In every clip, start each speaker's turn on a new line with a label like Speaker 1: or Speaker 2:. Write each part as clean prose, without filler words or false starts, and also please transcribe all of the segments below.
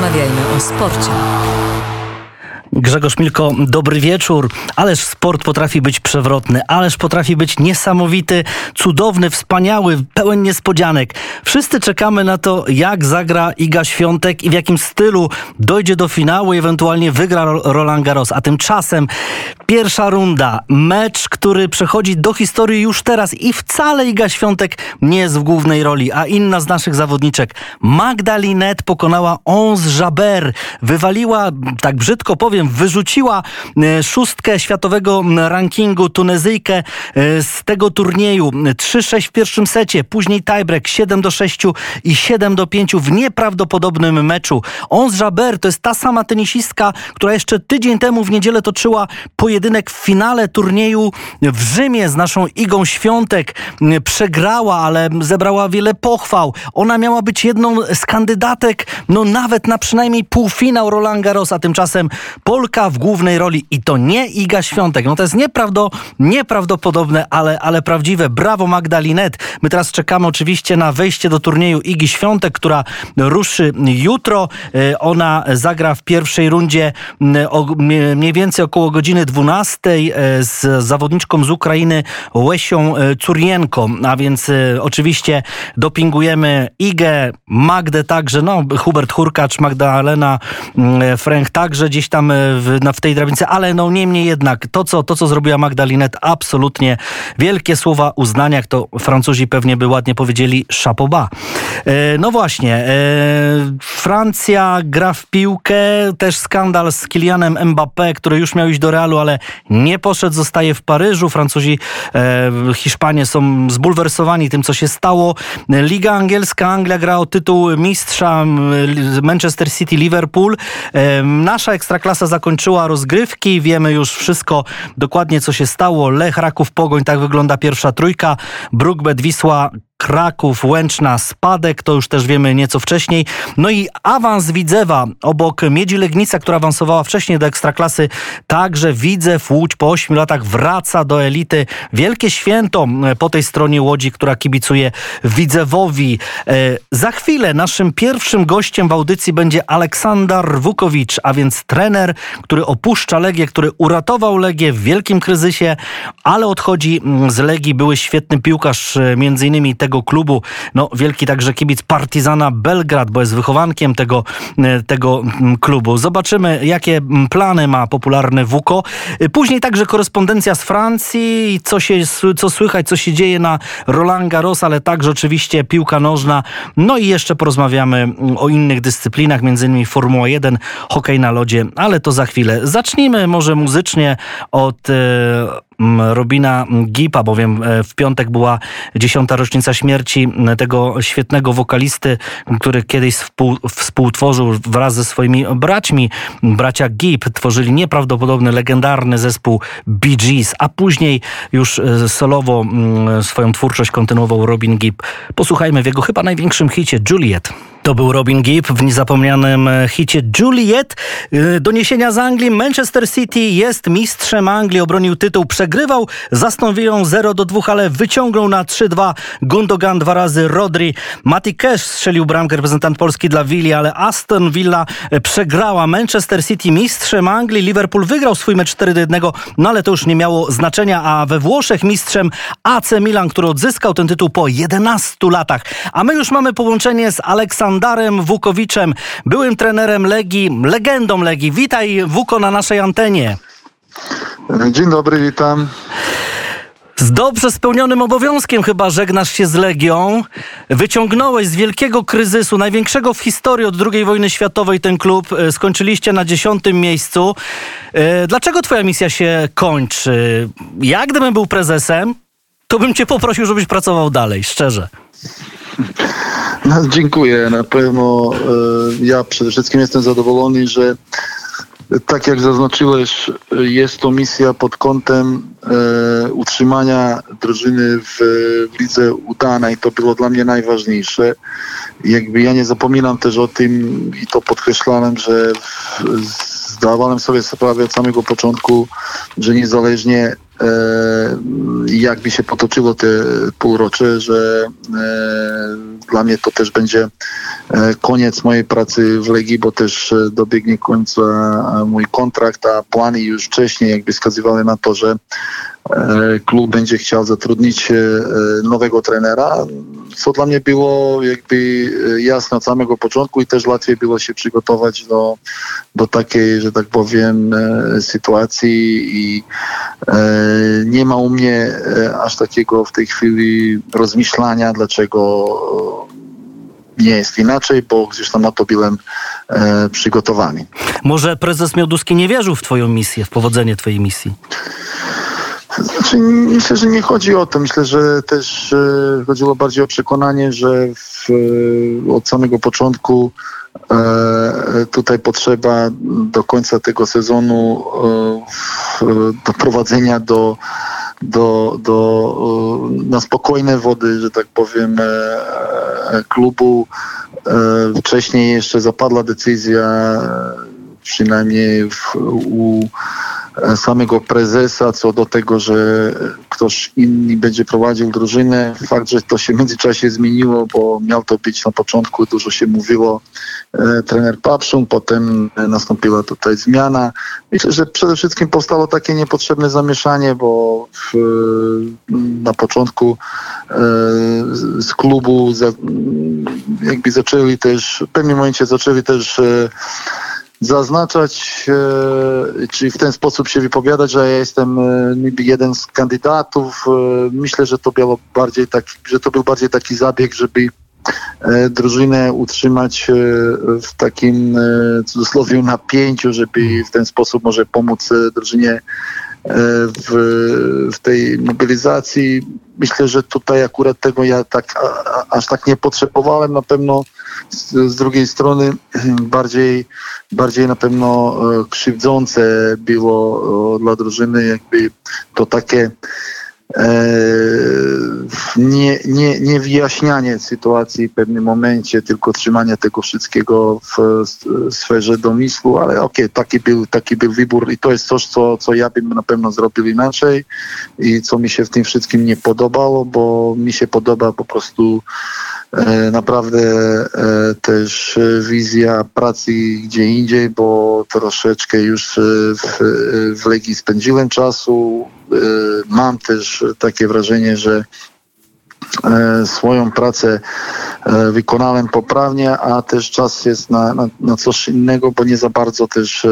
Speaker 1: Porozmawiajmy o sporcie.
Speaker 2: Grzegorz Milko, dobry wieczór. Ależ sport potrafi być przewrotny, ależ potrafi być niesamowity, cudowny, wspaniały, pełen niespodzianek. Wszyscy czekamy na to, jak zagra Iga Świątek i w jakim stylu dojdzie do finału i ewentualnie wygra Roland Garros. A tymczasem pierwsza runda, mecz, który przechodzi do historii już teraz i wcale Iga Świątek nie jest w głównej roli, a inna z naszych zawodniczek, Magda Linette, pokonała Ons Jabeur, wywaliła, tak brzydko powiem, wyrzuciła szóstkę światowego rankingu Tunezyjkę z tego turnieju. 3-6 w pierwszym secie, później tiebreak 7-6 i 7-5 w nieprawdopodobnym meczu. Ons Jabeur to jest ta sama tenisistka, która jeszcze tydzień temu w niedzielę toczyła pojedynek w finale turnieju w Rzymie z naszą Igą Świątek. Przegrała, ale zebrała wiele pochwał. Ona miała być jedną z kandydatek, nawet na przynajmniej półfinał Roland Garros, a tymczasem Polka w głównej roli i to nie Iga Świątek. To jest nieprawdopodobne, ale prawdziwe. Brawo Magda Linette. My teraz czekamy oczywiście na wejście do turnieju Igi Świątek, która ruszy jutro. Ona zagra w pierwszej rundzie mniej więcej około godziny 12 z zawodniczką z Ukrainy Łesią Curienko. A więc oczywiście dopingujemy Igę, Magdę także, Hubert Hurkacz, Magdalena Fręch także gdzieś tam w tej drabince, ale niemniej jednak to, co zrobiła Magda Linette, absolutnie wielkie słowa uznania, jak to Francuzi pewnie by ładnie powiedzieli, chapeau bas. Właśnie, Francja gra w piłkę, też skandal z Kylianem Mbappé, który już miał iść do Realu, ale nie poszedł, zostaje w Paryżu. Francuzi, Hiszpanie są zbulwersowani tym, co się stało. Liga angielska, Anglia gra o tytuł mistrza, Manchester City, Liverpool. Nasza Ekstraklasa zakończyła rozgrywki, wiemy już wszystko dokładnie, co się stało. Lech, Raków, Pogoń, tak wygląda pierwsza trójka. Bruk-Bet, Wisła, Kraków, Łęczna, spadek, to już też wiemy nieco wcześniej. I awans Widzewa obok Miedzi Legnica, która awansowała wcześniej do Ekstraklasy. Także Widzew Łódź po 8 latach wraca do elity. Wielkie święto po tej stronie Łodzi, która kibicuje Widzewowi. Za chwilę naszym pierwszym gościem w audycji będzie Aleksandar Wukowicz, a więc trener, który opuszcza Legię, który uratował Legię w wielkim kryzysie, ale odchodzi z Legii. Były świetny piłkarz, między innymi tego klubu, wielki także kibic Partizana Belgrad, bo jest wychowankiem tego klubu. Zobaczymy, jakie plany ma popularny Wuko. Później także korespondencja z Francji, co słychać, co się dzieje na Roland Garros, ale także oczywiście piłka nożna. I jeszcze porozmawiamy o innych dyscyplinach, między innymi Formuła 1, hokej na lodzie, ale to za chwilę. Zacznijmy może muzycznie od Robina Gippa, bowiem w piątek była 10. rocznica śmierci tego świetnego wokalisty, który kiedyś współtworzył wraz ze swoimi braćmi. Bracia Gipp tworzyli nieprawdopodobny, legendarny zespół Bee Gees, a później już solowo swoją twórczość kontynuował Robin Gibb. Posłuchajmy w jego chyba największym hicie, Juliet. To był Robin Gibb w niezapomnianym hicie Juliet. Doniesienia z Anglii. Manchester City jest mistrzem Anglii, obronił tytuł, przegrywał z Aston Villą 0-2, ale wyciągnął na 3-2 Gundogan, 2 razy Rodri. Matty Cash strzelił bramkę, reprezentant Polski dla Willi, ale Aston Villa przegrała. Manchester City mistrzem Anglii, Liverpool wygrał swój mecz 4-1, ale to już nie miało znaczenia, a we Włoszech mistrzem AC Milan, który odzyskał ten tytuł po 11 latach. A my już mamy połączenie z Aleksandarem Wukowiczem, byłym trenerem Legii, legendą Legii. Witaj, Wuko, na naszej antenie.
Speaker 3: Dzień dobry, witam.
Speaker 2: Z dobrze spełnionym obowiązkiem chyba żegnasz się z Legią. Wyciągnąłeś z wielkiego kryzysu, największego w historii od II wojny światowej ten klub. Skończyliście na 10. miejscu. Dlaczego twoja misja się kończy? Ja gdybym był prezesem, to bym cię poprosił, żebyś pracował dalej, szczerze.
Speaker 3: Dziękuję. Na pewno ja przede wszystkim jestem zadowolony, że tak jak zaznaczyłeś, jest to misja pod kątem utrzymania drużyny w lidze udana i to było dla mnie najważniejsze. Ja nie zapominam też o tym i to podkreślałem, że zdawałem sobie sprawę od samego początku, że niezależnie jak by się potoczyło te półrocze, że dla mnie to też będzie koniec mojej pracy w Legii, bo też dobiegnie końca mój kontrakt, a plany już wcześniej jakby wskazywały na to, że klub będzie chciał zatrudnić nowego trenera, co dla mnie było jakby jasne od samego początku i też łatwiej było się przygotować do takiej, że tak powiem, sytuacji i nie ma u mnie aż takiego w tej chwili rozmyślania, dlaczego nie jest inaczej, bo gdzieś tam na to byłem przygotowany.
Speaker 2: Może prezes Mioduski nie wierzył w twoją misję, w powodzenie twojej misji?
Speaker 3: Znaczy, myślę, że nie chodzi o to. Myślę, że też chodziło bardziej o przekonanie, że od samego początku tutaj potrzeba do końca tego sezonu doprowadzenia na spokojne wody, że tak powiem, klubu. Wcześniej jeszcze zapadła decyzja, przynajmniej u samego prezesa, co do tego, że ktoś inny będzie prowadził drużynę. Fakt, że to się w międzyczasie zmieniło, bo miał to być na początku, dużo się mówiło, trener Papszun, potem nastąpiła tutaj zmiana. Myślę, że przede wszystkim powstało takie niepotrzebne zamieszanie, bo na początku z klubu jakby zaczęli też, w pewnym momencie zaczęli też zaznaczać, czy w ten sposób się wypowiadać, że ja jestem niby jeden z kandydatów. Myślę, że to był bardziej taki zabieg, żeby drużynę utrzymać w takim cudzysłowie napięciu, żeby w ten sposób może pomóc drużynie w tej mobilizacji. Myślę, że tutaj akurat tego ja aż tak nie potrzebowałem. Na pewno z drugiej strony bardziej na pewno krzywdzące było dla drużyny jakby to takie nie wyjaśnianie sytuacji w pewnym momencie, tylko trzymanie tego wszystkiego w sferze domysłu, ale okej, taki był wybór i to jest coś, co ja bym na pewno zrobił inaczej i co mi się w tym wszystkim nie podobało, bo mi się podoba po prostu naprawdę też wizja pracy gdzie indziej, bo troszeczkę już w Legii spędziłem czasu. Mam też takie wrażenie, że swoją pracę wykonałem poprawnie, a też czas jest na coś innego, bo nie za bardzo też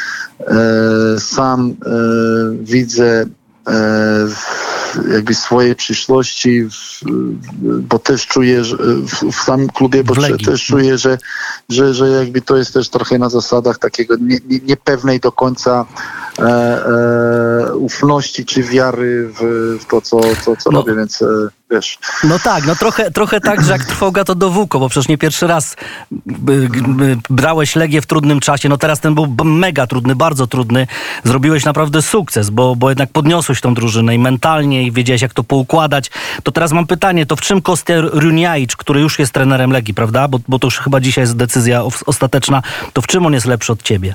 Speaker 3: sam widzę jakby swojej przyszłości, bo też czuję, że w samym klubie, bo też czuję, że jakby to jest też trochę na zasadach takiego niepewnej do końca ufności czy wiary w to, co robię, więc wiesz.
Speaker 2: No tak, no trochę tak, że jak trwoga to dowóko, bo przecież nie pierwszy raz brałeś Legię w trudnym czasie, no teraz ten był mega trudny, bardzo trudny, zrobiłeś naprawdę sukces, bo jednak podniosłeś tą drużynę i mentalnie i wiedziałeś, jak to poukładać. To teraz mam pytanie, to w czym Kostier Runjaic, który już jest trenerem Legii, prawda, bo to już chyba dzisiaj jest decyzja ostateczna, to w czym on jest lepszy od ciebie?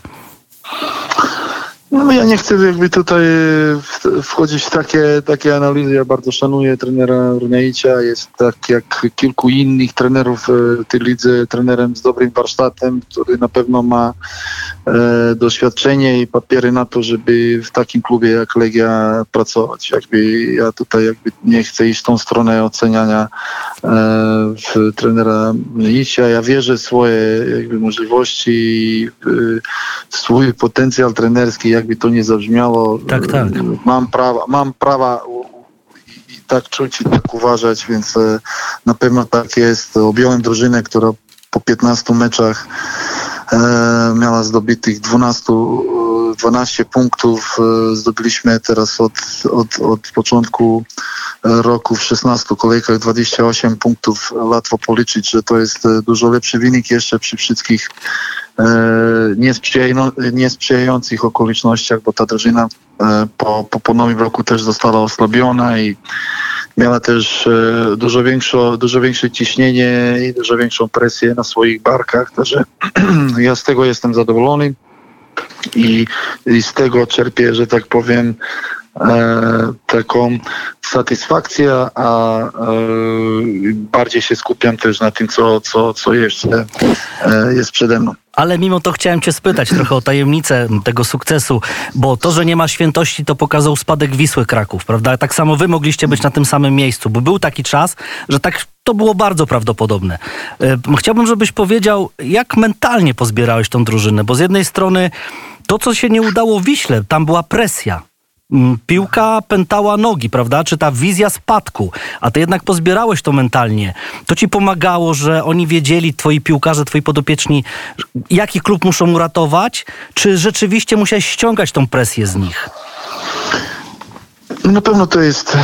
Speaker 3: No ja nie chcę jakby tutaj wchodzić w takie analizy. Ja bardzo szanuję trenera Runjaicia. Jest tak jak kilku innych trenerów w tej lidze, trenerem z dobrym warsztatem, który na pewno ma doświadczenie i papiery na to, żeby w takim klubie jak Legia pracować. Ja tutaj nie chcę iść w tą stronę oceniania trenera Runjaicia. Ja wierzę w swoje jakby możliwości, swój potencjal trenerski, jakby to nie zabrzmiało.
Speaker 2: Tak.
Speaker 3: Mam prawa i tak czuć i tak uważać, więc na pewno tak jest. Objąłem drużynę, która po 15 meczach miała zdobytych 12 punktów. Zdobyliśmy teraz od początku roku w 16 kolejkach 28 punktów. Łatwo policzyć, że to jest dużo lepszy wynik jeszcze przy wszystkich niesprzyjających okolicznościach, bo ta drużyna po nowym roku też została osłabiona i miała też dużo większe ciśnienie i dużo większą presję na swoich barkach, także ja z tego jestem zadowolony i z tego czerpię, że tak powiem, taką satysfakcję, a bardziej się skupiam też na tym, co jeszcze jest przede mną.
Speaker 2: Ale mimo to chciałem cię spytać trochę o tajemnicę tego sukcesu, bo to, że nie ma świętości, to pokazał spadek Wisły Kraków, prawda? Tak samo wy mogliście być na tym samym miejscu, bo był taki czas, że tak to było bardzo prawdopodobne. Chciałbym, żebyś powiedział, jak mentalnie pozbierałeś tą drużynę, bo z jednej strony to, co się nie udało Wiśle, tam była presja. Piłka pętała nogi, prawda? Czy ta wizja spadku, a ty jednak pozbierałeś to mentalnie. To ci pomagało, że oni wiedzieli, twoi piłkarze, twoi podopieczni, jaki klub muszą uratować? Czy rzeczywiście musiałeś ściągać tą presję z nich?
Speaker 3: Na pewno to jest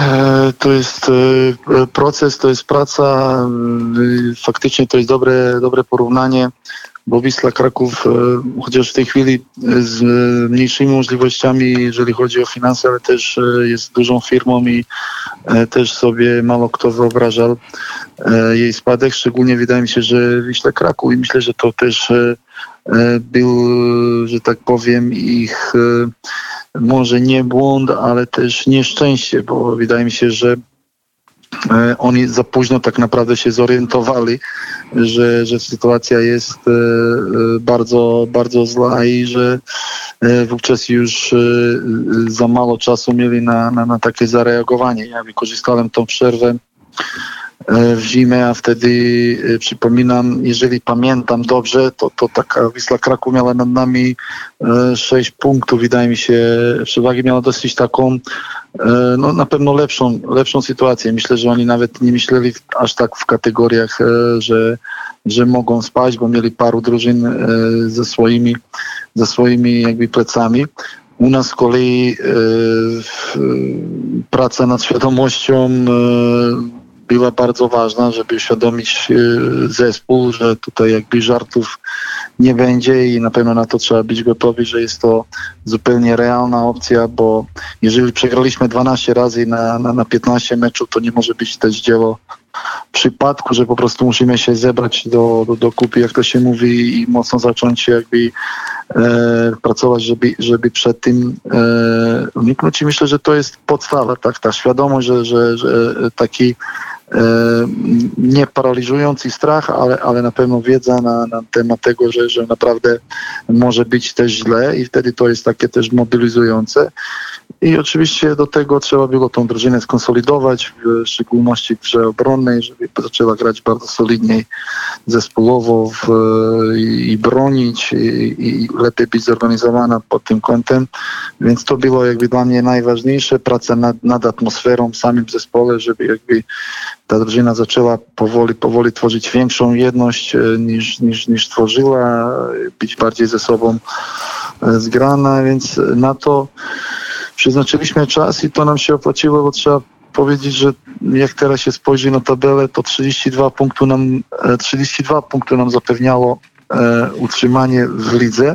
Speaker 3: proces, to jest praca. Faktycznie to jest dobre porównanie, bo Wisła Kraków, chociaż w tej chwili z mniejszymi możliwościami, jeżeli chodzi o finanse, ale też jest dużą firmą i też sobie mało kto wyobrażał jej spadek. Szczególnie wydaje mi się, że Wisła Kraków i myślę, że to też był, że tak powiem, ich może nie błąd, ale też nieszczęście, bo wydaje mi się, że oni za późno tak naprawdę się zorientowali, że sytuacja jest bardzo, bardzo zła i że wówczas już za mało czasu mieli na takie zareagowanie. Ja wykorzystałem tą przerwę w zimę, a wtedy przypominam, jeżeli pamiętam dobrze, to taka Wisła Kraków miała nad nami 6 punktów, wydaje mi się, przewagi miała dosyć taką, no na pewno lepszą sytuację. Myślę, że oni nawet nie myśleli aż tak w kategoriach, że mogą spaść, bo mieli paru drużyn ze swoimi jakby plecami. U nas z kolei praca nad świadomością była bardzo ważna, żeby uświadomić zespół, że tutaj jakby żartów nie będzie i na pewno na to trzeba być gotowi, że jest to zupełnie realna opcja, bo jeżeli przegraliśmy 12 razy na 15 meczów, to nie może być też dzieło przypadku, że po prostu musimy się zebrać do kupy, jak to się mówi, i mocno zacząć jakby pracować, żeby przed tym uniknąć. I myślę, że to jest podstawa, tak, ta świadomość, że taki nie paraliżujący strach, ale na pewno wiedza na temat tego, że naprawdę może być też źle i wtedy to jest takie też mobilizujące. I oczywiście do tego trzeba było tą drużynę skonsolidować, w szczególności w grze obronnej, żeby zaczęła grać bardzo solidniej zespołowo i bronić i lepiej być zorganizowana pod tym kątem. Więc to było jakby dla mnie najważniejsze, praca nad atmosferą w samym zespole, żeby jakby ta drużyna zaczęła powoli tworzyć większą jedność niż tworzyła, być bardziej ze sobą zgrana, więc na to przeznaczyliśmy czas i to nam się opłaciło, bo trzeba powiedzieć, że jak teraz się spojrzy na tabelę, to 32 punkty nam zapewniało utrzymanie w lidze.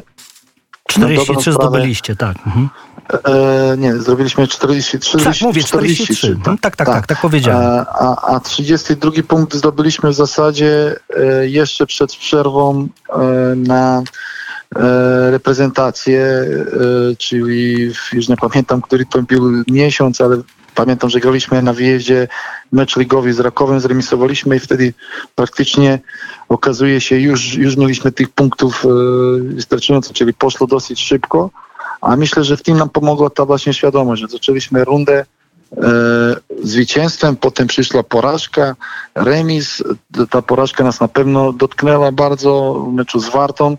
Speaker 2: 43 zdobyliście, tak. Mhm.
Speaker 3: Nie, zrobiliśmy 43.
Speaker 2: Tak, mówię, 43. Tak powiedziałem.
Speaker 3: A 32 punkt zdobyliśmy w zasadzie jeszcze przed przerwą na reprezentację, czyli już nie pamiętam, który to był miesiąc, ale pamiętam, że graliśmy na wyjeździe mecz ligowy z Rakowem, zremisowaliśmy i wtedy praktycznie okazuje się, już mieliśmy tych punktów wystarczająco, czyli poszło dosyć szybko, a myślę, że w tym nam pomogła ta właśnie świadomość, że zaczęliśmy rundę zwycięstwem, potem przyszła porażka, remis. Ta porażka nas na pewno dotknęła bardzo w meczu z Wartą,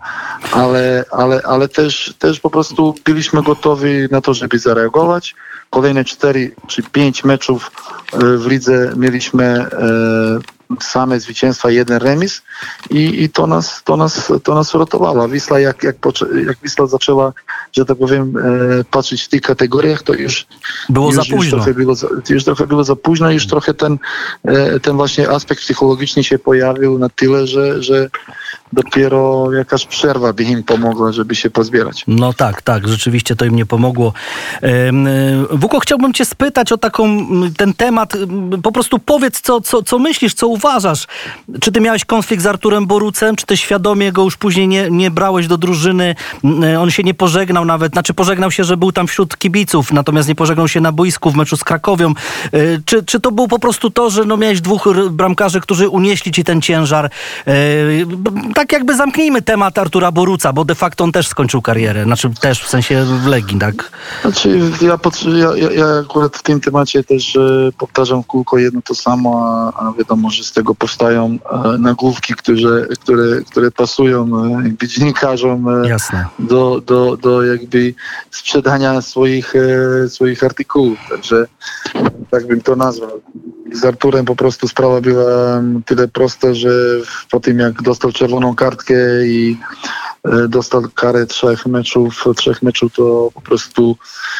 Speaker 3: ale też po prostu byliśmy gotowi na to, żeby zareagować. Kolejne 4 czy 5 meczów w lidze mieliśmy same zwycięstwa, 1 remis i to nas uratowało. Wisła, jak Wisła zaczęła, że tak powiem, patrzeć w tych kategoriach, to już
Speaker 2: było za późno.
Speaker 3: Już trochę było za późno, już trochę ten właśnie aspekt psychologiczny się pojawił na tyle, że dopiero jakaś przerwa by im pomogła, żeby się pozbierać.
Speaker 2: No tak, rzeczywiście to im nie pomogło. Wuko, chciałbym cię spytać o ten temat. Po prostu powiedz, co myślisz, co uważasz. Czy ty miałeś konflikt z Arturem Borucem? Czy ty świadomie go już później nie brałeś do drużyny? On się nie pożegnał nawet, pożegnał się, że był tam wśród kibiców, natomiast nie pożegnał się na boisku w meczu z Krakowią. Czy to było po prostu to, że miałeś dwóch bramkarzy, którzy unieśli ci ten ciężar? Tak jakby zamknijmy temat Artura Boruca, bo de facto on też skończył karierę. Też w sensie w Legii, tak?
Speaker 3: Znaczy, ja akurat w tym temacie też powtarzam w kółko jedno to samo, a wiadomo, że z tego powstają nagłówki, które pasują jakby dziennikarzom do jakby sprzedania swoich artykułów. Także tak bym to nazwał. Z Arturem po prostu sprawa była tyle prosta, że po tym jak dostał czerwoną kartkę i dostał karę trzech meczów, to po prostu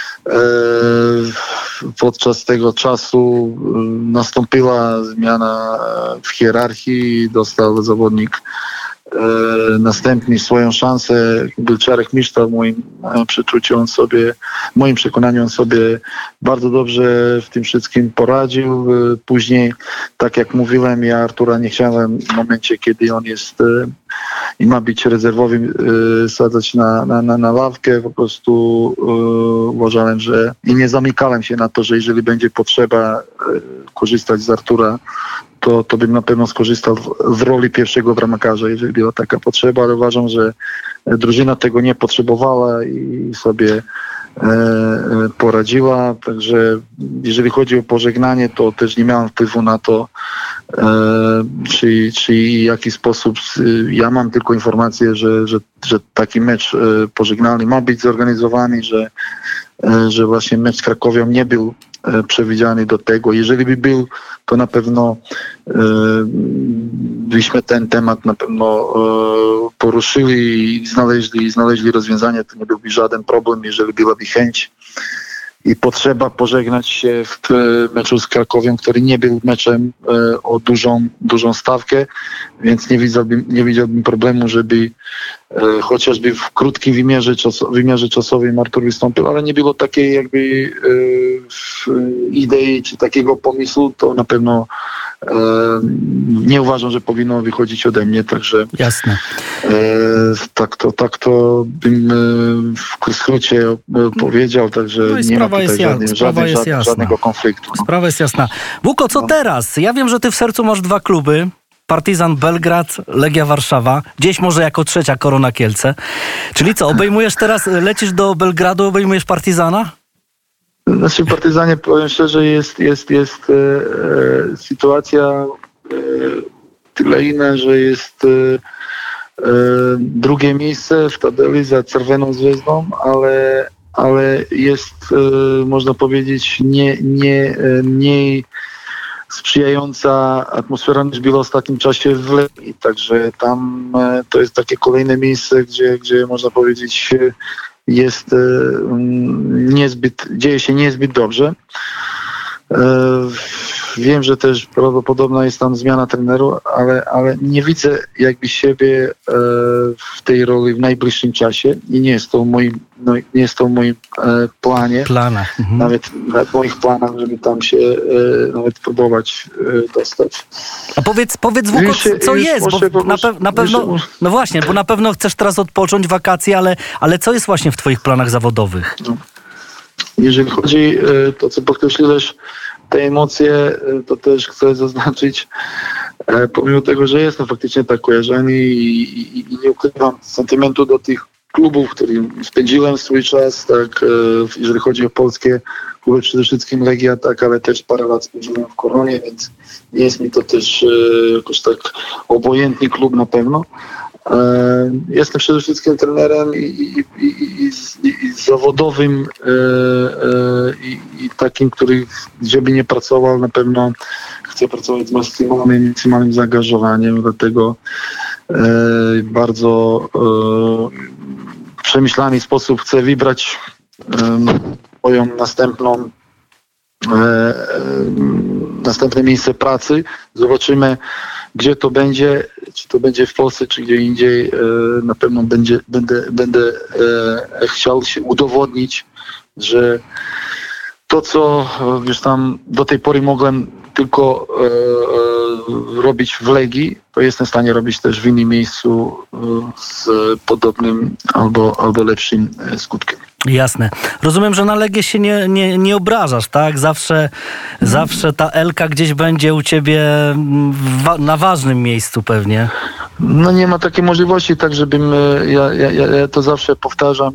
Speaker 3: podczas tego czasu nastąpiła zmiana w hierarchii, dostał zawodnik następnie swoją szansę. Był Czarek Miszta w moim przeczuciu, w moim przekonaniu on sobie bardzo dobrze w tym wszystkim poradził. Później, tak jak mówiłem, ja Artura nie chciałem w momencie, kiedy on jest i ma być rezerwowym, sadzać na ławkę. Po prostu uważałem, że i nie zamykałem się na to, że jeżeli będzie potrzeba korzystać z Artura, to bym na pewno skorzystał z roli pierwszego bramkarza, jeżeli była taka potrzeba, ale uważam, że drużyna tego nie potrzebowała i sobie poradziła. Także jeżeli chodzi o pożegnanie, to też nie miałem wpływu na to, czy w jaki sposób. Ja mam tylko informację, że taki mecz pożegnalny ma być zorganizowany, że właśnie mecz z Krakowią nie był przewidziany do tego. Jeżeli by był, to na pewno byśmy ten temat na pewno poruszyli i znaleźli rozwiązanie. To nie byłby żaden problem, jeżeli byłaby chęć i potrzeba pożegnać się w meczu z Krakowią, który nie był meczem o dużą stawkę, więc nie widziałbym problemu, żeby chociażby w krótkim wymiarze czasowym Artur wystąpił, ale nie było takiej jakby idei czy takiego pomysłu, to na pewno nie uważam, że powinno wychodzić ode mnie, także
Speaker 2: jasne.
Speaker 3: Tak to bym w skrócie powiedział, także
Speaker 2: no
Speaker 3: nie ma tutaj żadnego konfliktu.
Speaker 2: Sprawa jest jasna. Wuko, co teraz? Ja wiem, że ty w sercu masz dwa kluby. Partizan Belgrad, Legia Warszawa, gdzieś może jako trzecia Korona Kielce. Czyli co, lecisz do Belgradu, obejmujesz Partizana?
Speaker 3: Znaczy w Partyzanie, powiem szczerze, jest sytuacja tyle inna, że jest drugie miejsce w tabeli za Czerwoną Zvezdą, ale jest, można powiedzieć, nie mniej sprzyjająca atmosfera niż było w ostatnim czasie w Legii. Także tam to jest takie kolejne miejsce, gdzie można powiedzieć jest dzieje się niezbyt dobrze. Wiem, że też prawdopodobna jest tam zmiana treneru, ale nie widzę jakby siebie w tej roli w najbliższym czasie i nie jest to w moim planie. Nawet w moich planach, żeby tam się nawet próbować dostać.
Speaker 2: A powiedz Wuko, co jest? Bo na pewno, no właśnie, bo na pewno chcesz teraz odpocząć, wakacje, ale co jest właśnie w twoich planach zawodowych?
Speaker 3: No. Jeżeli chodzi to, co podkreśliłeś, te emocje, to też chcę zaznaczyć, pomimo tego, że jestem faktycznie tak kojarzony i nie ukrywam sentymentu do tych klubów, w których spędziłem swój czas, tak, jeżeli chodzi o polskie kluby, przede wszystkim Legia, tak, ale też parę lat spędziłem w Koronie, więc nie jest mi to też jakoś tak obojętny klub na pewno. Jestem przede wszystkim trenerem i zawodowym i takim, gdzie by nie pracował, na pewno chcę pracować z maksymalnym zaangażowaniem, dlatego bardzo przemyślany sposób chcę wybrać swoją następne miejsce pracy. Zobaczymy, gdzie to będzie. czy to będzie w Polsce, czy gdzie indziej, na pewno będę chciał się udowodnić, że to, co już tam do tej pory mogłem tylko robić w Legii, to jestem w stanie robić też w innym miejscu z podobnym albo lepszym skutkiem.
Speaker 2: Jasne. Rozumiem, że na Legię się nie obrażasz, tak? Zawsze ta Elka gdzieś będzie u ciebie na ważnym miejscu pewnie.
Speaker 3: No nie ma takiej możliwości, tak żebym, ja to zawsze powtarzam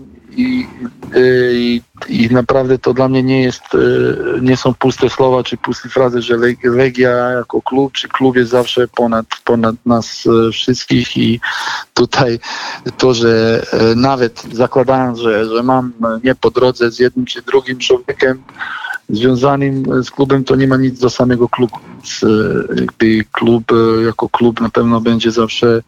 Speaker 3: i naprawdę to dla mnie nie są puste słowa czy puste frazy, że Legia jako klub czy klub jest zawsze ponad nas wszystkich i tutaj to, że nawet zakładając, że mam nie po drodze z jednym czy drugim człowiekiem związanym z klubem, to nie ma nic do samego klubu. Klub jako klub na pewno będzie zawsze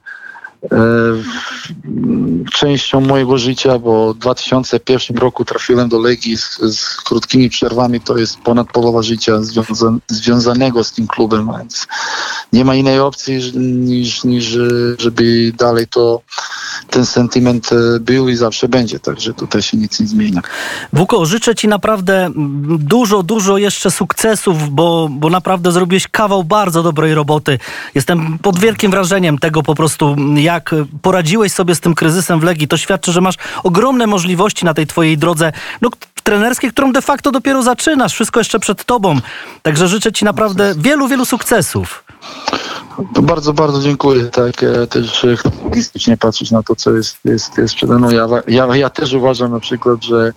Speaker 3: częścią mojego życia, bo w 2001 roku trafiłem do Legii z krótkimi przerwami, to jest ponad połowa życia związanego z tym klubem, więc nie ma innej opcji niż żeby dalej ten sentyment był i zawsze będzie, także tutaj się nic nie zmienia.
Speaker 2: Wuko, życzę ci naprawdę dużo jeszcze sukcesów, bo naprawdę zrobiłeś kawał bardzo dobrej roboty. Jestem pod wielkim wrażeniem tego po prostu, jak poradziłeś sobie z tym kryzysem w Legii. To świadczy, że masz ogromne możliwości na tej twojej drodze trenerskiej, którą de facto dopiero zaczynasz. Wszystko jeszcze przed tobą. Także życzę ci naprawdę wielu sukcesów.
Speaker 3: Bardzo, bardzo dziękuję. Tak, też chcę realistycznie patrzeć na to, co jest przede mną. Ja też uważam na przykład, że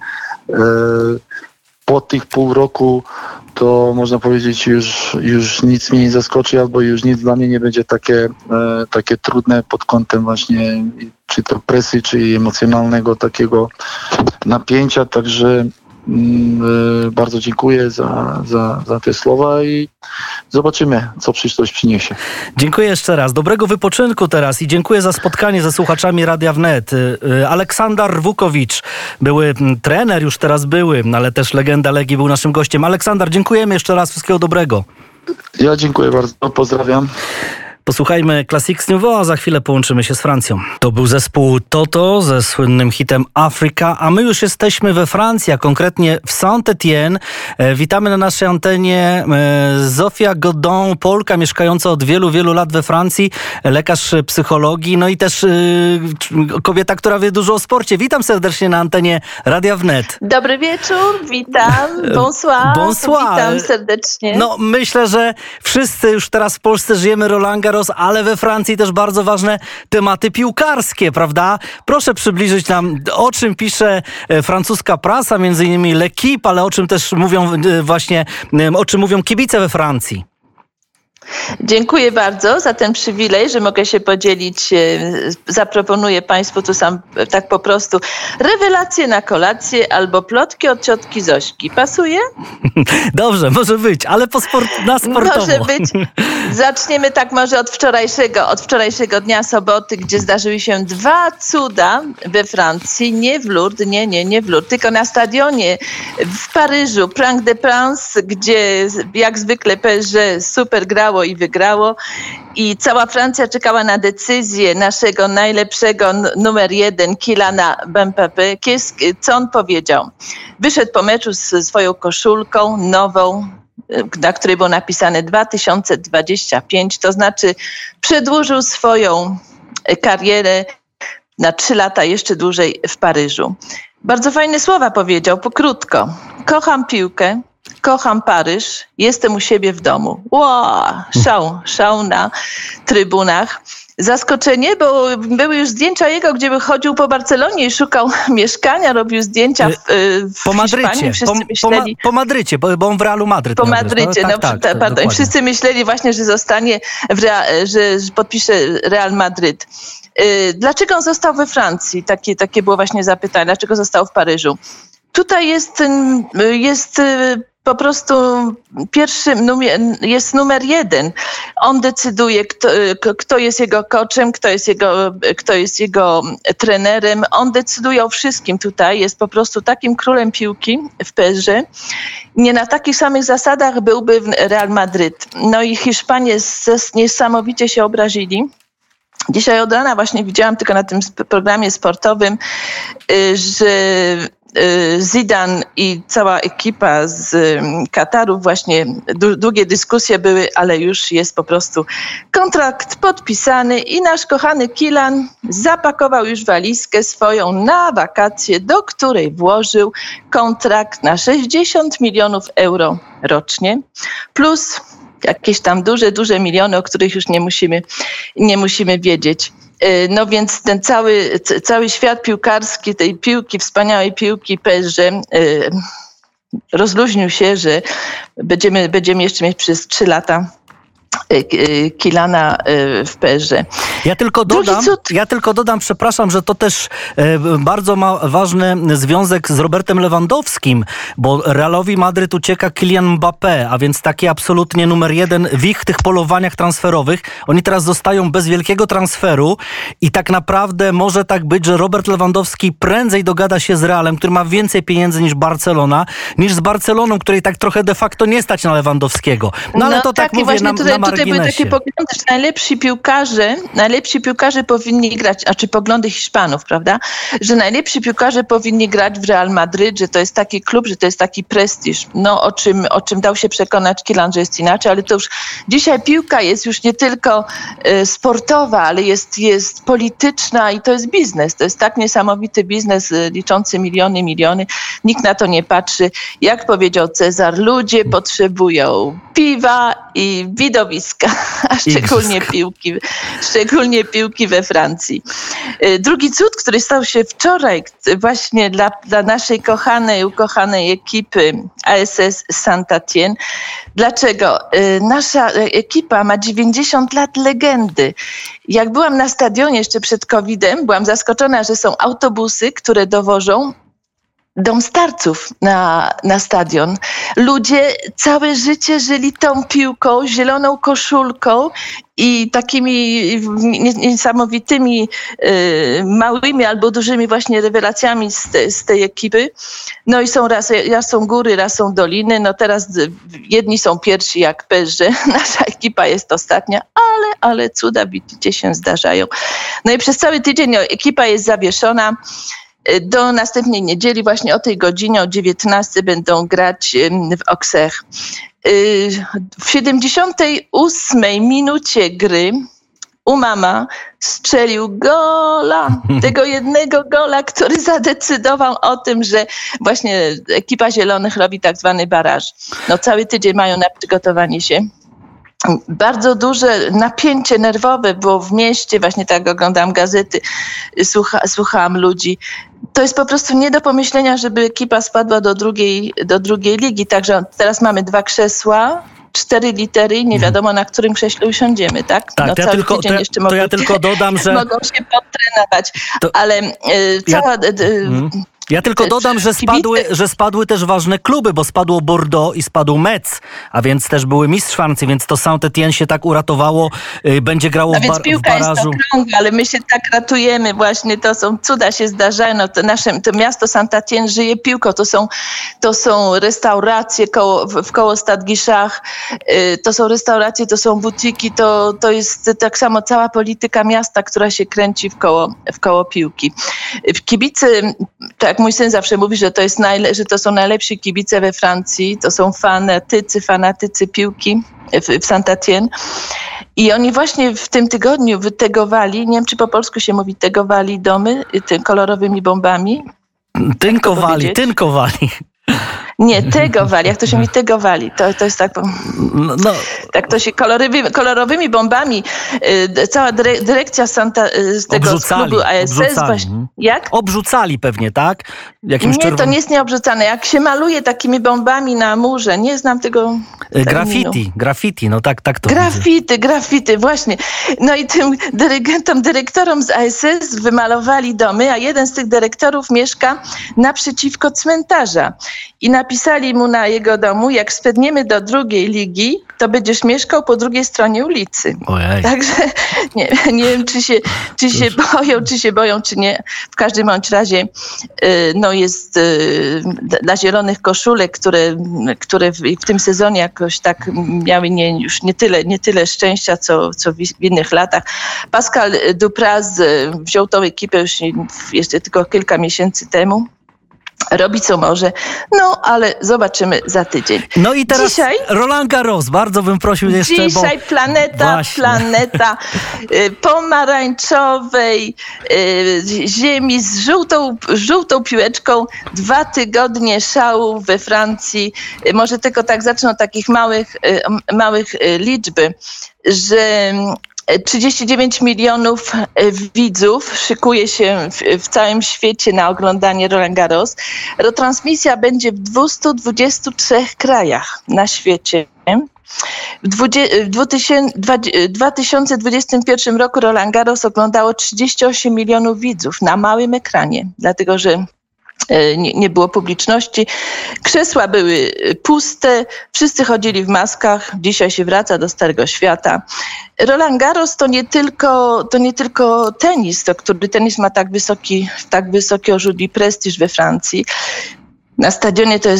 Speaker 3: po tych pół roku to można powiedzieć już nic mnie nie zaskoczy, albo już nic dla mnie nie będzie takie trudne pod kątem właśnie czy to presji, czy emocjonalnego takiego napięcia, także bardzo dziękuję za te słowa i zobaczymy, co przyszłość przyniesie.
Speaker 2: Dziękuję jeszcze raz. Dobrego wypoczynku teraz i dziękuję za spotkanie ze słuchaczami Radia Wnet. Aleksandar Vukowicz, były trener, już teraz ale też legenda Legii, był naszym gościem. Aleksandar, dziękujemy jeszcze raz. Wszystkiego dobrego.
Speaker 3: Ja dziękuję bardzo. Pozdrawiam.
Speaker 2: Posłuchajmy Classics Nouveau, a za chwilę połączymy się z Francją. To był zespół Toto ze słynnym hitem Africa, a my już jesteśmy we Francji, a konkretnie w Saint-Étienne. Witamy na naszej antenie Zofia Godon, Polka mieszkająca od wielu lat we Francji, lekarz psychologii, no i też kobieta, która wie dużo o sporcie. Witam serdecznie na antenie Radia Wnet.
Speaker 1: Dobry wieczór, witam. Bonsoir. Witam serdecznie.
Speaker 2: No myślę, że wszyscy już teraz w Polsce żyjemy Roland Garros, ale we Francji też bardzo ważne tematy piłkarskie, prawda? Proszę przybliżyć nam, o czym pisze francuska prasa, między innymi L'Équipe, ale o czym też mówią o czym mówią kibice we Francji.
Speaker 1: Dziękuję bardzo za ten przywilej, że mogę się podzielić. Zaproponuję Państwu tu sam tak po prostu rewelacje na kolację albo plotki od ciotki Zośki. Pasuje?
Speaker 2: Dobrze, może być, ale na sportowo.
Speaker 1: Może być. Zaczniemy tak może od wczorajszego dnia soboty, gdzie zdarzyły się 2 cuda we Francji. Nie w Lourdes, nie w Lourdes, tylko na stadionie w Paryżu, Parc des Princes, gdzie jak zwykle PSG super grało i wygrało i cała Francja czekała na decyzję naszego najlepszego numer 1 Kylana Mbappé. Co on powiedział? Wyszedł po meczu z swoją koszulką nową, na której było napisane 2025, to znaczy przedłużył swoją karierę na 3 lata jeszcze dłużej w Paryżu. Bardzo fajne słowa powiedział, pokrótko. Kocham piłkę, kocham Paryż, jestem u siebie w domu. Szał na trybunach. Zaskoczenie, bo były już zdjęcia jego, gdzie by chodził po Barcelonie i szukał mieszkania, robił zdjęcia
Speaker 2: po Madrycie. Po Madrycie, bo on w Realu Madryt.
Speaker 1: Po Madrycie, pardon. Wszyscy myśleli właśnie, że zostanie, że podpisze Real Madryt. Dlaczego on został we Francji? Takie było właśnie zapytanie. Dlaczego został w Paryżu? Tutaj jest po prostu jest numer 1. On decyduje, kto jest jego coachem, kto jest jego trenerem. On decyduje o wszystkim tutaj. Jest po prostu takim królem piłki w PSG. Nie na takich samych zasadach byłby w Real Madryt. No i Hiszpanie niesamowicie się obrazili. Dzisiaj od rana właśnie widziałam tylko na tym programie sportowym, że Zidane i cała ekipa z Kataru, właśnie długie dyskusje były, ale już jest po prostu kontrakt podpisany i nasz kochany Kylian zapakował już walizkę swoją na wakacje, do której włożył kontrakt na 60 milionów euro rocznie, plus jakieś tam duże miliony, o których już nie musimy wiedzieć. No więc ten cały świat piłkarski, tej piłki, wspaniałej piłki PSG rozluźnił się, że będziemy jeszcze mieć przez 3 lata Kyliana w PSG.
Speaker 2: Ja tylko dodam, przepraszam, że to też bardzo ma ważny związek z Robertem Lewandowskim, bo Realowi Madryt ucieka Kylian Mbappé, a więc taki absolutnie numer 1 w ich tych polowaniach transferowych. Oni teraz zostają bez wielkiego transferu i tak naprawdę może tak być, że Robert Lewandowski prędzej dogada się z Realem, który ma więcej pieniędzy niż Barcelona, niż z Barceloną, której tak trochę de facto nie stać na Lewandowskiego. No ale to tak mówię na
Speaker 1: Tutaj były takie poglądy, że najlepsi piłkarze powinni grać, a czy poglądy Hiszpanów, prawda? Że najlepsi piłkarze powinni grać w Real Madryt, że to jest taki klub, że to jest taki prestiż. No o czym dał się przekonać Kylian, że jest inaczej, ale to już dzisiaj piłka jest już nie tylko sportowa, ale jest polityczna i to jest biznes. To jest tak niesamowity biznes liczący miliony. Nikt na to nie patrzy. Jak powiedział Cezar, ludzie potrzebują piwa i widowiska, a szczególnie piłki we Francji. Drugi cud, który stał się wczoraj właśnie dla naszej ukochanej ekipy ASS Saint-Étienne. Dlaczego? Nasza ekipa ma 90 lat legendy. Jak byłam na stadionie jeszcze przed COVID-em, byłam zaskoczona, że są autobusy, które dowożą dom starców na stadion. Ludzie całe życie żyli tą piłką, zieloną koszulką i takimi niesamowitymi małymi albo dużymi właśnie rewelacjami z tej ekipy. No i raz są góry, raz są doliny. No teraz jedni są pierwsi jak PSG. Nasza ekipa jest ostatnia, ale cuda widzicie się zdarzają. No i przez cały tydzień ekipa jest zawieszona. Do następnej niedzieli właśnie o tej godzinie, o 19 będą grać w Auxerre. W 78 minucie gry Umama strzelił gola, tego jednego gola, który zadecydował o tym, że właśnie ekipa Zielonych robi tak zwany baraż. No cały tydzień mają na przygotowanie się. Bardzo duże napięcie nerwowe było w mieście, właśnie tak oglądałam gazety, słuchałam ludzi. To jest po prostu nie do pomyślenia, żeby ekipa spadła do drugiej ligi. Także teraz mamy 2 krzesła, 4 litery i nie wiadomo, na którym krześle usiądziemy, tak?
Speaker 2: Tak,
Speaker 1: no,
Speaker 2: ja tylko dodam, że
Speaker 1: mogą się podtrenować, ale
Speaker 2: Ja tylko dodam, że spadły też ważne kluby, bo spadło Bordeaux i spadł Metz, a więc też były mistrz Francji, więc to Saint-Étienne się tak uratowało, będzie grało w barażu.
Speaker 1: Piłka jest okrągła, ale my się tak ratujemy właśnie, to są cuda się zdarzają, no to miasto Saint-Étienne żyje piłką, to są restauracje koło Stade Guichard, to są restauracje, to są butiki, to jest tak samo cała polityka miasta, która się kręci w koło piłki. Kibice, tak jak mój syn zawsze mówi, że to są najlepsi kibice we Francji, to są fanatycy piłki w Saint-Étienne. I oni właśnie w tym tygodniu wytegowali, nie wiem czy po polsku się mówi, tegowali domy kolorowymi bombami.
Speaker 2: Tynkowali.
Speaker 1: Nie, tegowali. Jak to się mówi, tegowali? To jest tak... No. Tak to się kolorowymi bombami cała dyrekcja z tego klubu ASS... Właśnie, jak?
Speaker 2: Obrzucali pewnie, tak?
Speaker 1: To nie jest nieobrzucane. Jak się maluje takimi bombami na murze, nie znam tego
Speaker 2: Graffiti, no tak to
Speaker 1: Graffiti, właśnie. No i tym dyrektorom z ASS wymalowali domy, a jeden z tych dyrektorów mieszka naprzeciwko cmentarza. I napisali mu na jego domu, jak spadniemy do drugiej ligi, to będziesz mieszkał po drugiej stronie ulicy.
Speaker 2: Ojej.
Speaker 1: Także nie wiem, czy się boją, czy nie. W każdym bądź razie jest dla zielonych koszulek, które w tym sezonie jakoś tak miały już nie tyle szczęścia, co w innych latach. Pascal Dupraz wziął tą ekipę już jeszcze tylko kilka miesięcy temu. Robi co może, ale zobaczymy za tydzień.
Speaker 2: No i teraz dzisiaj Roland Garros, bardzo bym prosił jeszcze,
Speaker 1: dzisiaj planeta pomarańczowej ziemi z żółtą piłeczką. 2 tygodnie szału we Francji. Może tylko tak zacznę od takich małych liczby, że 39 milionów widzów szykuje się w całym świecie na oglądanie Roland Garros. Retransmisja będzie w 223 krajach na świecie. W 2021 roku Roland Garros oglądało 38 milionów widzów na małym ekranie, dlatego że nie było publiczności. Krzesła były puste, wszyscy chodzili w maskach. Dzisiaj się wraca do Starego Świata. Roland Garros to nie tylko tenis, który tenis ma tak wysoki orzut i prestiż we Francji. Na stadionie to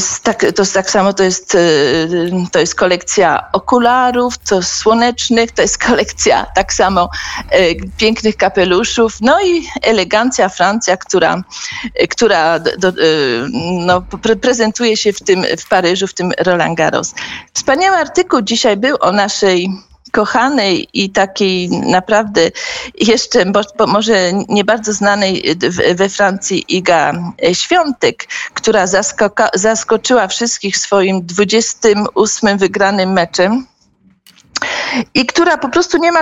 Speaker 1: jest kolekcja okularów, to słonecznych, to jest kolekcja tak samo pięknych kapeluszów, no i elegancja Francja, która prezentuje się w Paryżu, w tym Roland Garros. Wspaniały artykuł dzisiaj był o naszej kochanej i takiej naprawdę jeszcze może nie bardzo znanej we Francji Iga Świątek, która zaskoczyła wszystkich swoim 28 wygranym meczem. I która po prostu nie ma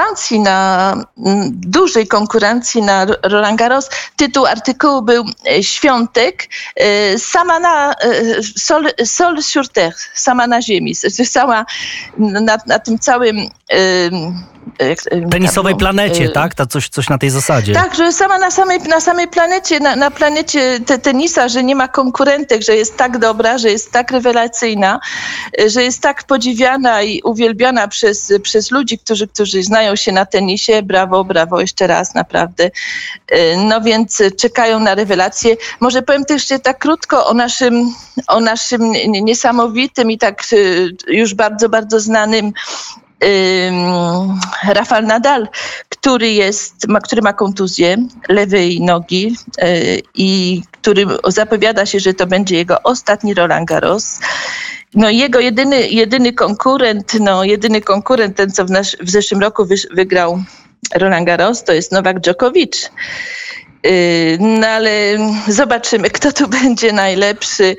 Speaker 1: dużej konkurencji na Roland Garros. Tytuł artykułu był Świątek sama sol sur terre, sama na ziemi, sama na tym całym
Speaker 2: tenisowej planecie, tak? Coś na tej zasadzie.
Speaker 1: Tak, że sama na samej planecie, na planecie tenisa, że nie ma konkurentek, że jest tak dobra, że jest tak rewelacyjna, że jest tak podziwiana i uwielbiana przez ludzi, którzy znają się na tenisie. Brawo jeszcze raz, naprawdę. No więc czekają na rewelacje. Może powiem też jeszcze tak krótko o naszym niesamowitym i tak już bardzo, bardzo znanym Rafael Nadal, który ma kontuzję lewej nogi i który zapowiada się, że to będzie jego ostatni Roland Garros. No i jego jedyny konkurent, ten co w zeszłym roku wygrał Roland Garros, to jest Nowak Djokovic. No ale zobaczymy, kto tu będzie najlepszy.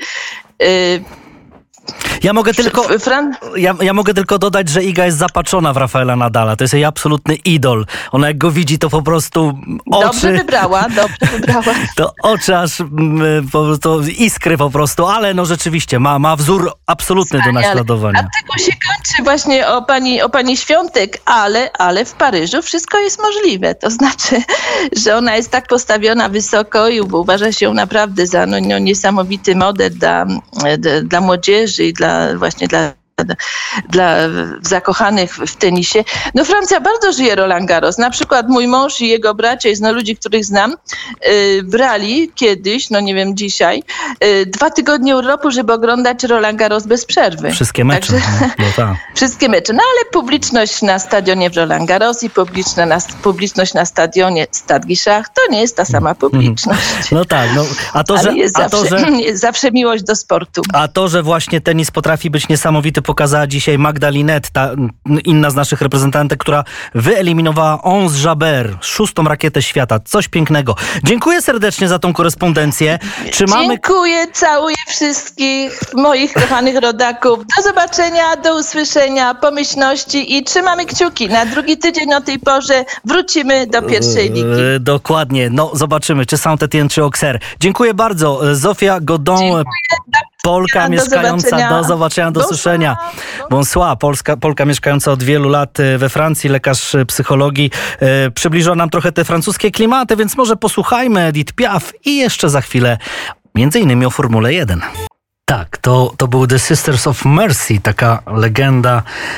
Speaker 2: Ja mogę tylko dodać, że Iga jest zapatrzona w Rafaela Nadala. To jest jej absolutny idol. Ona jak go widzi, to po prostu oczy...
Speaker 1: Dobrze wybrała.
Speaker 2: To oczy aż po prostu iskry po prostu, ale no rzeczywiście ma wzór absolutny do naśladowania.
Speaker 1: Artykuł się kończy właśnie o pani Świątek, ale w Paryżu wszystko jest możliwe. To znaczy, że ona jest tak postawiona wysoko i uważa się naprawdę za niesamowity model dla młodzieży i dla zakochanych w tenisie. No Francja bardzo żyje Roland Garros. Na przykład mój mąż i jego bracia i ludzi, których znam, brali kiedyś, nie wiem dzisiaj, 2 tygodnie urlopu, żeby oglądać Roland Garros bez przerwy.
Speaker 2: Wszystkie mecze.
Speaker 1: Także, wszystkie mecze. No ale publiczność na stadionie w Roland Garros i publiczność na stadionie Stade Guichard to nie jest ta sama publiczność.
Speaker 2: No tak.
Speaker 1: Jest zawsze miłość do sportu.
Speaker 2: A to, że właśnie tenis potrafi być niesamowity, pokazała dzisiaj Magda Linette, ta inna z naszych reprezentantek, która wyeliminowała Ons Jabeur, 6. rakietę świata. Coś pięknego. Dziękuję serdecznie za tą korespondencję.
Speaker 1: Dziękuję, całuję wszystkich moich kochanych rodaków. Do zobaczenia, do usłyszenia, pomyślności i trzymamy kciuki. Na drugi tydzień o tej porze wrócimy do pierwszej ligi.
Speaker 2: Dokładnie. No zobaczymy, czy Saint-Étienne, czy Auxerre. Dziękuję bardzo. Zofia Godon, Polka mieszkająca, do zobaczenia, do słyszenia. Bonsoir, Polka mieszkająca od wielu lat we Francji, lekarz psychologii. Przybliżyła nam trochę te francuskie klimaty, więc może posłuchajmy Edith Piaf i jeszcze za chwilę między innymi o Formule 1. Tak, to był The Sisters of Mercy, taka legenda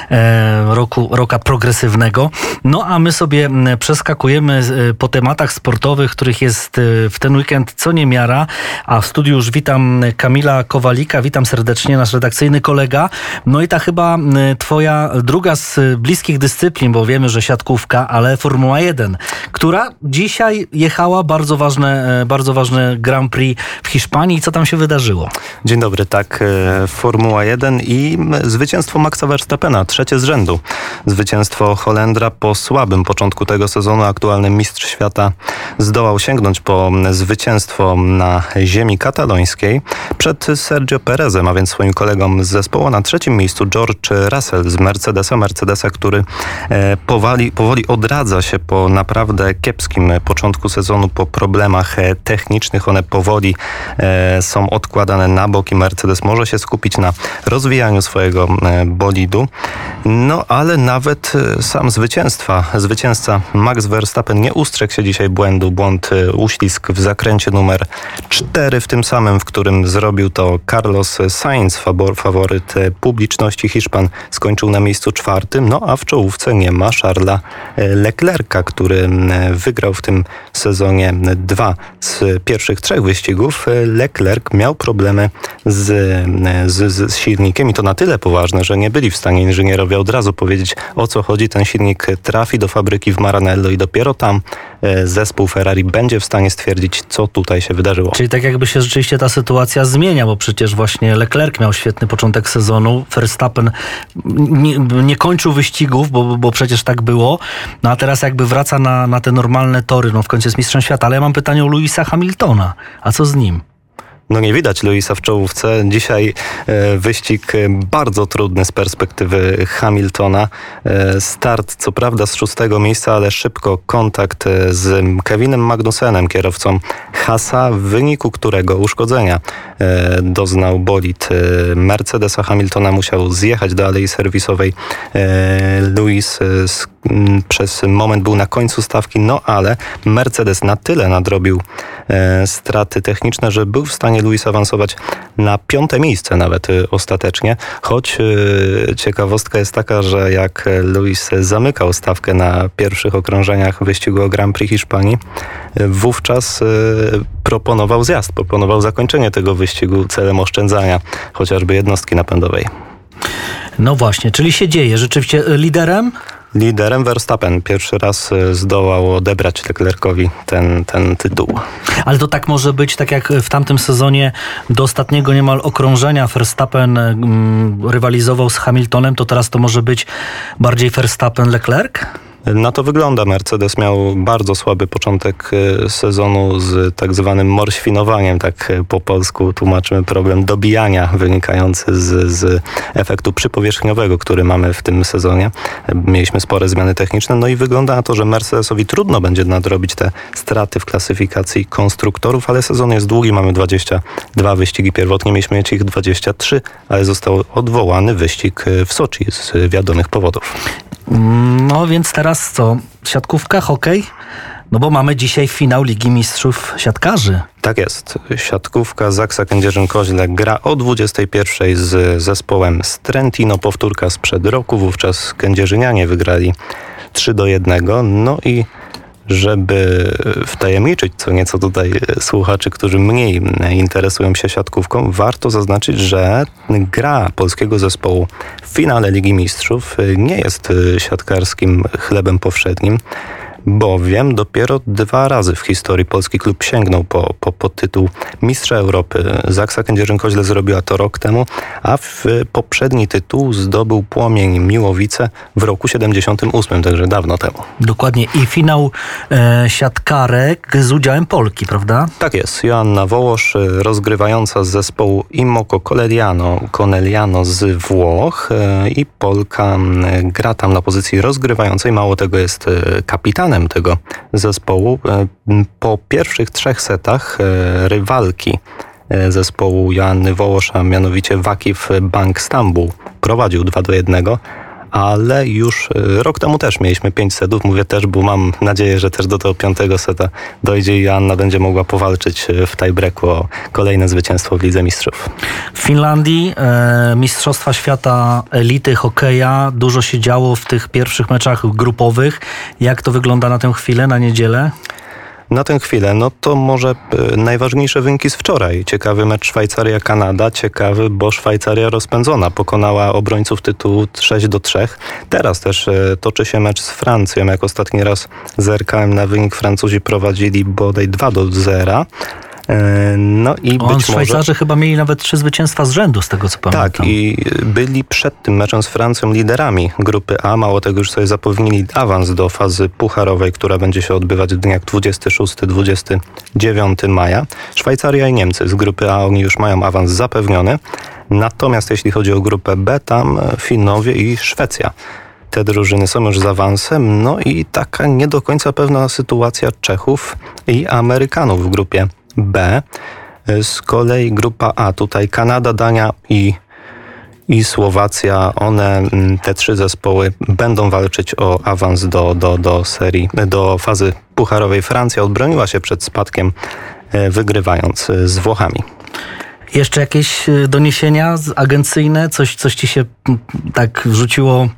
Speaker 2: rocka progresywnego. No a my sobie przeskakujemy po tematach sportowych, których jest w ten weekend co niemiara. A w studiu już witam Kamila Kowalika, witam serdecznie, nasz redakcyjny kolega. No i ta chyba twoja druga z bliskich dyscyplin, bo wiemy, że siatkówka, ale Formuła 1, która dzisiaj jechała bardzo ważne Grand Prix w Hiszpanii. Co tam się wydarzyło?
Speaker 4: Dzień dobry. Tak, Formuła 1 i zwycięstwo Maxa Verstappena, trzecie z rzędu. Zwycięstwo Holendra po słabym początku tego sezonu. Aktualny mistrz świata zdołał sięgnąć po zwycięstwo na ziemi katalońskiej przed Sergio Perezem, a więc swoim kolegą z zespołu. Na trzecim miejscu George Russell z Mercedesa, który powoli odradza się po naprawdę kiepskim początku sezonu, po problemach technicznych. One powoli są odkładane na bok i Mercedes może się skupić na rozwijaniu swojego bolidu. No ale nawet sam zwycięzca Max Verstappen nie ustrzegł się dzisiaj uślizg w zakręcie numer 4, w tym samym, w którym zrobił to Carlos Sainz, faworyt publiczności. Hiszpan skończył na miejscu 4, no a w czołówce nie ma Charlesa Leclerca, który wygrał w tym sezonie 2 z pierwszych 3 wyścigów. Leclerc miał problemy z silnikiem i to na tyle poważne, że nie byli w stanie inżynierowie od razu powiedzieć, o co chodzi. Ten silnik trafi do fabryki w Maranello i dopiero tam zespół Ferrari będzie w stanie stwierdzić, co tutaj się wydarzyło.
Speaker 2: Czyli tak jakby się rzeczywiście ta sytuacja zmienia, bo przecież właśnie Leclerc miał świetny początek sezonu, Verstappen nie kończył wyścigów, bo przecież tak było, no a teraz jakby wraca na te normalne tory, no w końcu jest mistrzem świata, ale ja mam pytanie o Lewisa Hamiltona, a co z nim?
Speaker 4: No nie widać Lewisa w czołówce. Dzisiaj wyścig bardzo trudny z perspektywy Hamiltona. Start co prawda z 6. miejsca, ale szybko kontakt z Kevinem Magnussenem, kierowcą Haasa, w wyniku którego uszkodzenia doznał bolid Mercedesa. Hamiltona musiał zjechać do alei serwisowej. Lewis przez moment był na końcu stawki, no ale Mercedes na tyle nadrobił straty techniczne, że był w stanie Lewis awansować na 5. miejsce nawet ostatecznie, choć ciekawostka jest taka, że jak Lewis zamykał stawkę na pierwszych okrążeniach wyścigu o Grand Prix Hiszpanii, wówczas proponował zakończenie tego wyścigu celem oszczędzania chociażby jednostki napędowej.
Speaker 2: No właśnie, czyli się dzieje. Rzeczywiście Liderem
Speaker 4: Verstappen pierwszy raz zdołał odebrać Leclercowi ten tytuł.
Speaker 2: Ale to tak może być, tak jak w tamtym sezonie do ostatniego niemal okrążenia Verstappen rywalizował z Hamiltonem, to teraz to może być bardziej Verstappen-Leclerc?
Speaker 4: Na to wygląda. Mercedes miał bardzo słaby początek sezonu z tak zwanym morświnowaniem, tak po polsku tłumaczymy problem dobijania wynikający z efektu przypowierzchniowego, który mamy w tym sezonie. Mieliśmy spore zmiany techniczne, no i wygląda na to, że Mercedesowi trudno będzie nadrobić te straty w klasyfikacji konstruktorów, ale sezon jest długi, mamy 22 wyścigi. Pierwotnie mieliśmy mieć ich 23, ale został odwołany wyścig w Soczi z wiadomych powodów.
Speaker 2: No więc teraz co? Siatkówka, hokej? No bo mamy dzisiaj finał Ligi Mistrzów Siatkarzy.
Speaker 4: Tak jest. Siatkówka Zaksa Kędzierzyn-Koźle gra o 21:00 z zespołem z Trentino. Powtórka sprzed roku. Wówczas kędzierzynianie wygrali 3-1. No i żeby wtajemniczyć co nieco tutaj słuchaczy, którzy mniej interesują się siatkówką, warto zaznaczyć, że gra polskiego zespołu w finale Ligi Mistrzów nie jest siatkarskim chlebem powszednim, bowiem dopiero 2 razy w historii polski klub sięgnął po tytuł Mistrza Europy. Zaksa Kędzierzyn-Koźle zrobiła to rok temu, a poprzedni tytuł zdobył Płomień Miłowice w roku 78, także dawno temu. Dokładnie.
Speaker 2: I finał siatkarek z udziałem Polki, prawda?
Speaker 4: Tak jest. Joanna Wołosz, rozgrywająca z zespołu Imoco Conegliano z Włoch, i Polka gra tam na pozycji rozgrywającej. Mało tego, jest kapitanem tego zespołu. Po pierwszych 3 setach rywalki zespołu Joanny Wołosz, a mianowicie Wakif Bank Stambuł, prowadził 2-1, ale już rok temu też mieliśmy 5 setów. Mówię też, bo mam nadzieję, że też do tego 5. seta dojdzie i Anna będzie mogła powalczyć w tiebreaku o kolejne zwycięstwo w Lidze Mistrzów.
Speaker 2: W Finlandii Mistrzostwa Świata Elity Hokeja. Dużo się działo w tych pierwszych meczach grupowych. Jak to wygląda na tę chwilę, na niedzielę?
Speaker 4: Na tę chwilę, no to może najważniejsze wyniki z wczoraj. Ciekawy mecz Szwajcaria-Kanada, ciekawy, bo Szwajcaria rozpędzona. Pokonała obrońców tytułu 6-3. Teraz też toczy się mecz z Francją. Jak ostatni raz zerkałem na wynik, Francuzi prowadzili bodaj 2-0. No i
Speaker 2: Szwajcarzy chyba mieli nawet 3 zwycięstwa z rzędu, z tego co pamiętam.
Speaker 4: Tak, i byli przed tym meczem z Francją liderami grupy A. Mało tego, już sobie zapewnili awans do fazy pucharowej, która będzie się odbywać w dniach 26-29 maja. Szwajcaria i Niemcy z grupy A, oni już mają awans zapewniony. Natomiast jeśli chodzi o grupę B, tam Finowie i Szwecja. Te drużyny są już z awansem, no i taka nie do końca pewna sytuacja Czechów i Amerykanów w grupie B. Z kolei grupa A, tutaj Kanada, Dania i Słowacja, te 3 zespoły będą walczyć o awans do fazy pucharowej. Francja odbroniła się przed spadkiem, wygrywając z Włochami.
Speaker 2: Jeszcze jakieś doniesienia agencyjne? Coś ci się tak rzuciło,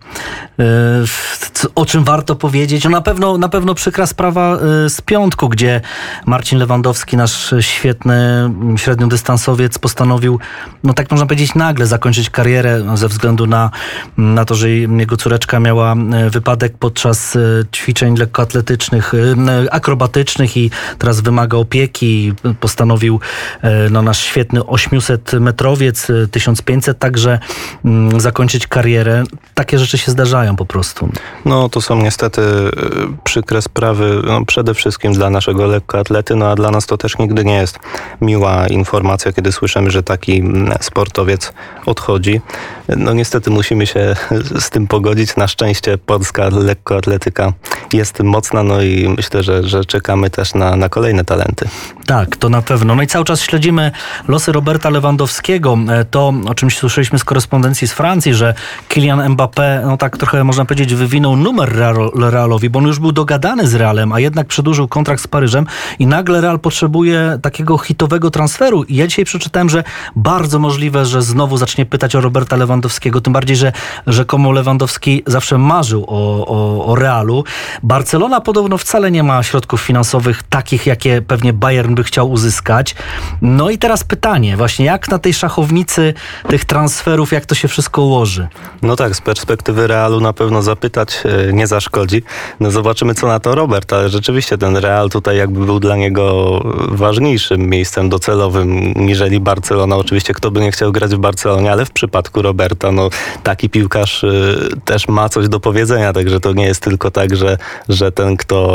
Speaker 2: o czym warto powiedzieć? No na pewno przykra sprawa z piątku, gdzie Marcin Lewandowski, nasz świetny średniodystansowiec, postanowił, no tak można powiedzieć, nagle zakończyć karierę ze względu na to, że jego córeczka miała wypadek podczas ćwiczeń lekkoatletycznych, akrobatycznych i teraz wymaga opieki. Postanowił nasz świetny 800-metrowiec, 1500 także zakończyć karierę. Takie rzeczy się zdarzają po prostu.
Speaker 4: No to są niestety przykre sprawy, przede wszystkim dla naszego lekkoatlety, no a dla nas to też nigdy nie jest miła informacja, kiedy słyszymy, że taki sportowiec odchodzi. No niestety musimy się z tym pogodzić. Na szczęście polska lekkoatletyka jest mocna, no i myślę, że czekamy też na kolejne talenty.
Speaker 2: Tak, to na pewno. No i cały czas śledzimy losy Roberta Lewandowskiego. To, o czym słyszeliśmy z korespondencji z Francji, że Kylian Mbappé, no tak trochę można powiedzieć, wywinął numer Realowi, bo on już był dogadany z Realem, a jednak przedłużył kontrakt z Paryżem i nagle Real potrzebuje takiego hitowego transferu. I ja dzisiaj przeczytałem, że bardzo możliwe, że znowu zacznie pytać o Roberta Lewandowskiego, tym bardziej, że rzekomo Lewandowski zawsze marzył o Realu. Barcelona podobno wcale nie ma środków finansowych takich, jakie pewnie Bayern by chciał uzyskać. No i teraz pytanie, właśnie jak na tej szachownicy tych transferów, jak to się wszystko ułoży?
Speaker 4: No tak, z perspektywy Realu na pewno zapytać nie zaszkodzi. No zobaczymy, co na to Robert, ale rzeczywiście ten Real tutaj jakby był dla niego ważniejszym miejscem docelowym niżeli Barcelona. Oczywiście kto by nie chciał grać w Barcelonie, ale w przypadku Roberta, no taki piłkarz też ma coś do powiedzenia, także to nie jest tylko tak, że ten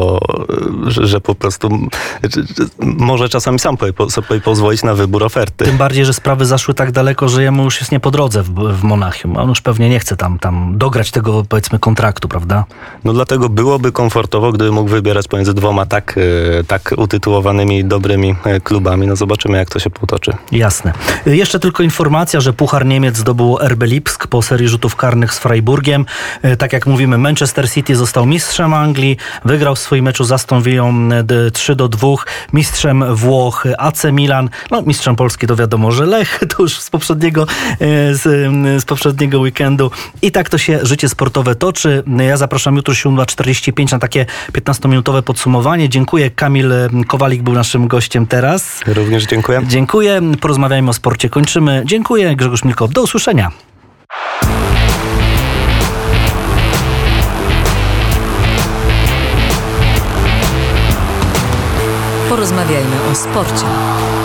Speaker 4: że po prostu może czasami sam sobie pozwolić na wybór oferty.
Speaker 2: Tym bardziej, że sprawy zaszły tak daleko, że jemu już jest nie po drodze w Monachium. On już pewnie nie chce tam dograć tego, powiedzmy, kontraktu, prawda?
Speaker 4: No dlatego byłoby komfortowo, gdyby mógł wybierać pomiędzy 2 tak utytułowanymi dobrymi klubami. No zobaczymy, jak to się potoczy.
Speaker 2: Jasne. Jeszcze tylko informacja, że Puchar Niemiec zdobył RB Lipsk po serii rzutów karnych z Freiburgiem. Tak jak mówimy, Manchester City został mistrzem Anglii, wygrał w swoim meczu z Aston Villą 3-2, mistrzem Włoch AC Milan, no mistrzem Polski to wiadomo, że Lech, to już z poprzedniego weekendu. I tak to się życie sportowe toczy. Ja zapraszam jutro 7:45 na takie 15-minutowe podsumowanie. Dziękuję. Kamil Kowalik był naszym gościem teraz.
Speaker 4: Również dziękuję.
Speaker 2: Dziękuję. Porozmawiajmy o sporcie. Kończymy. Dziękuję. Grzegorz Milko. Do usłyszenia.
Speaker 5: Porozmawiajmy o sporcie.